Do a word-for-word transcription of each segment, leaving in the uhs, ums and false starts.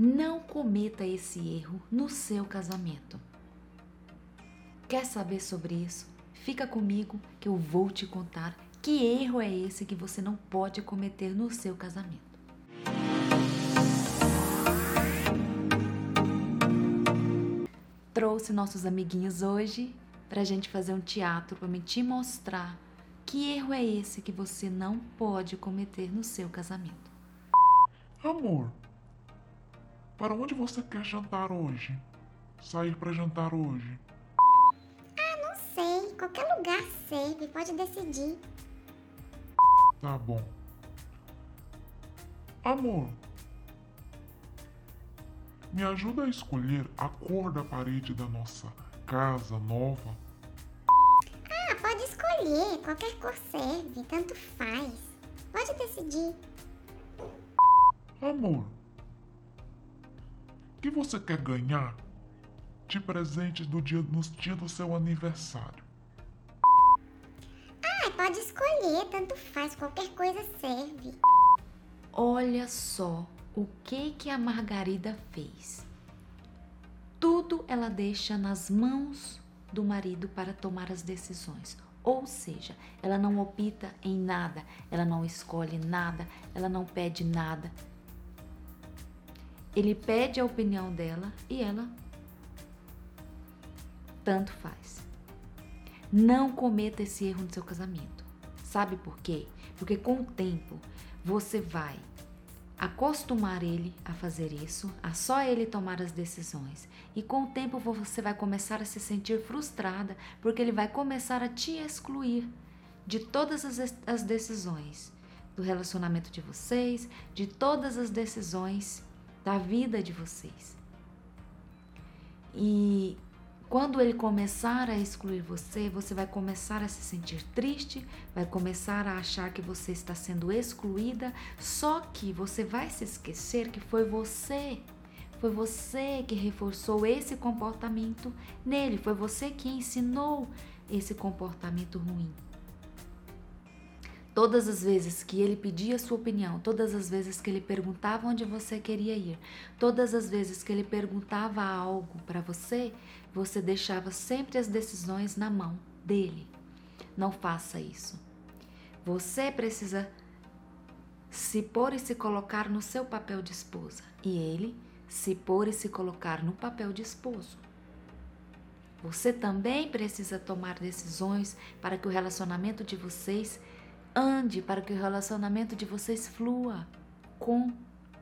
Não cometa esse erro no seu casamento. Quer saber sobre isso? Fica comigo que eu vou te contar que erro é esse que você não pode cometer no seu casamento. Trouxe nossos amiguinhos hoje pra gente fazer um teatro para me te mostrar que erro é esse que você não pode cometer no seu casamento. Amor, para onde você quer jantar hoje? Sair para jantar hoje? Não sei, qualquer lugar serve, pode decidir. Tá bom. Amor, me ajuda a escolher a cor da parede da nossa casa nova. Ah, pode escolher, qualquer cor serve, tanto faz. Pode decidir. Amor, o que você quer ganhar de presente do dia, no dia do seu aniversário? Ah, pode escolher, tanto faz, qualquer coisa serve. Olha só o que que a Margarida fez. Tudo ela deixa nas mãos do marido para tomar as decisões. Ou seja, ela não opta em nada, ela não escolhe nada, ela não pede nada. Ele pede a opinião dela e ela tanto faz. Não cometa esse erro no seu casamento. Sabe por quê? Porque com o tempo você vai acostumar ele a fazer isso, a só ele tomar as decisões. E com o tempo você vai começar a se sentir frustrada, porque ele vai começar a te excluir de todas as, as decisões do relacionamento de vocês, de todas as decisões da vida de vocês. E quando ele começar a excluir você, você vai começar a se sentir triste, vai começar a achar que você está sendo excluída, só que você vai se esquecer que foi você, foi você que reforçou esse comportamento nele, foi você que ensinou esse comportamento ruim. Todas as vezes que ele pedia sua opinião, todas as vezes que ele perguntava onde você queria ir, todas as vezes que ele perguntava algo para você, você deixava sempre as decisões na mão dele. Não faça isso. Você precisa se pôr e se colocar no seu papel de esposa e ele se pôr e se colocar no papel de esposo. Você também precisa tomar decisões para que o relacionamento de vocês ande, para que o relacionamento de vocês flua com,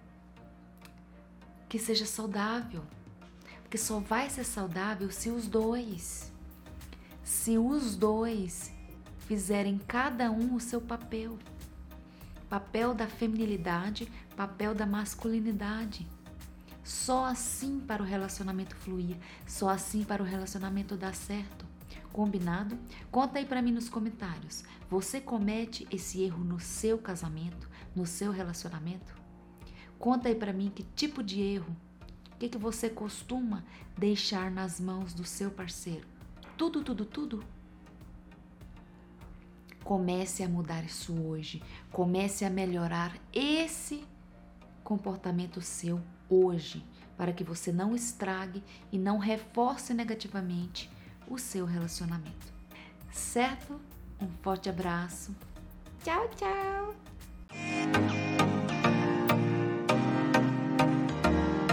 que seja saudável, porque só vai ser saudável se os dois, se os dois fizerem cada um o seu papel, papel da feminilidade, papel da masculinidade. Só assim para o relacionamento fluir, só assim para o relacionamento dar certo. Combinado? Conta aí pra mim nos comentários. Você comete esse erro no seu casamento, no seu relacionamento? Conta aí pra mim que tipo de erro, o que, que você costuma deixar nas mãos do seu parceiro? Tudo, tudo, tudo? Comece a mudar isso hoje. Comece a melhorar esse comportamento seu hoje, para que você não estrague e não reforce negativamente o seu relacionamento. Certo? Um forte abraço. Tchau, tchau!